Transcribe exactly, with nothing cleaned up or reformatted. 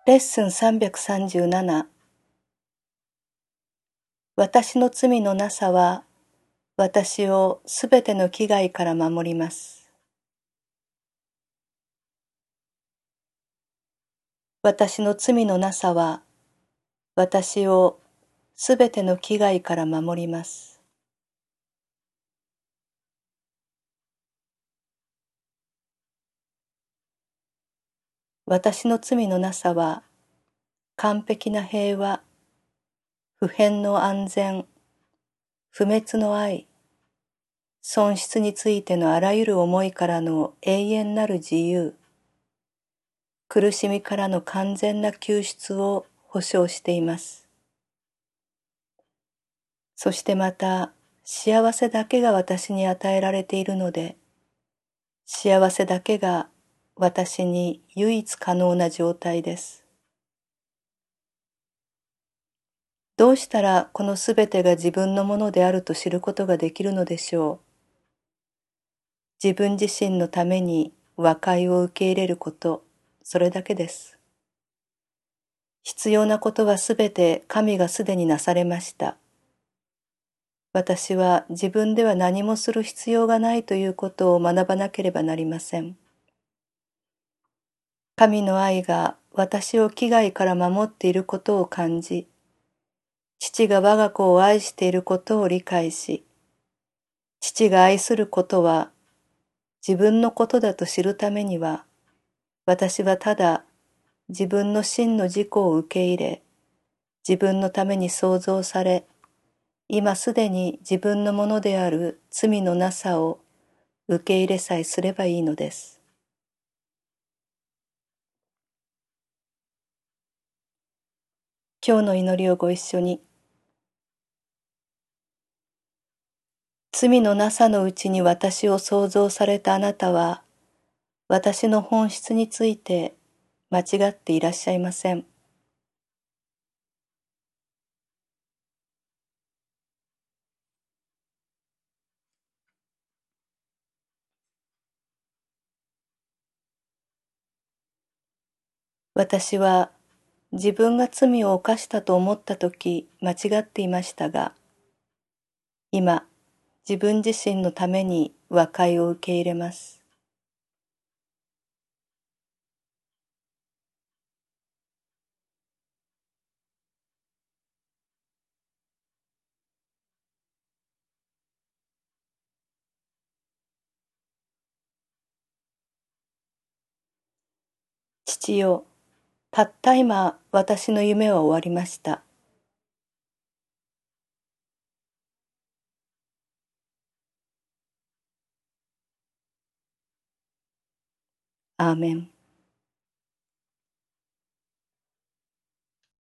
レッスンさんびゃくさんじゅうなな。私の罪のなさは、私をすべての危害から守ります。私の罪のなさは、私をすべての危害から守ります。私の罪のなさは、完璧な平和、不変の安全、不滅の愛、損失についてのあらゆる思いからの永遠なる自由、苦しみからの完全な救出を保証しています。そしてまた、幸せだけが私に与えられているので、幸せだけが私に唯一可能な状態です。どうしたらこのすべてが自分のものであると知ることができるのでしょう。自分自身のために和解を受け入れること、それだけです。必要なことはすべて神がすでになされました。私は自分では何もする必要がないということを学ばなければなりません。神の愛が私を危害から守っていることを感じ、父が我が子を愛していることを理解し、父が愛することは自分のことだと知るためには、私はただ自分の真の自己を受け入れ、自分のために創造され、今すでに自分のものである罪のなさを受け入れさえすればいいのです。今日の祈りをご一緒に。罪のなさのうちに私を創造されたあなたは、私の本質について間違っていらっしゃいません。私は自分が罪を犯したと思ったとき間違っていましたが、今、自分自身のために和解を受け入れます。父よ、たった今私の夢は終わりました。アーメン。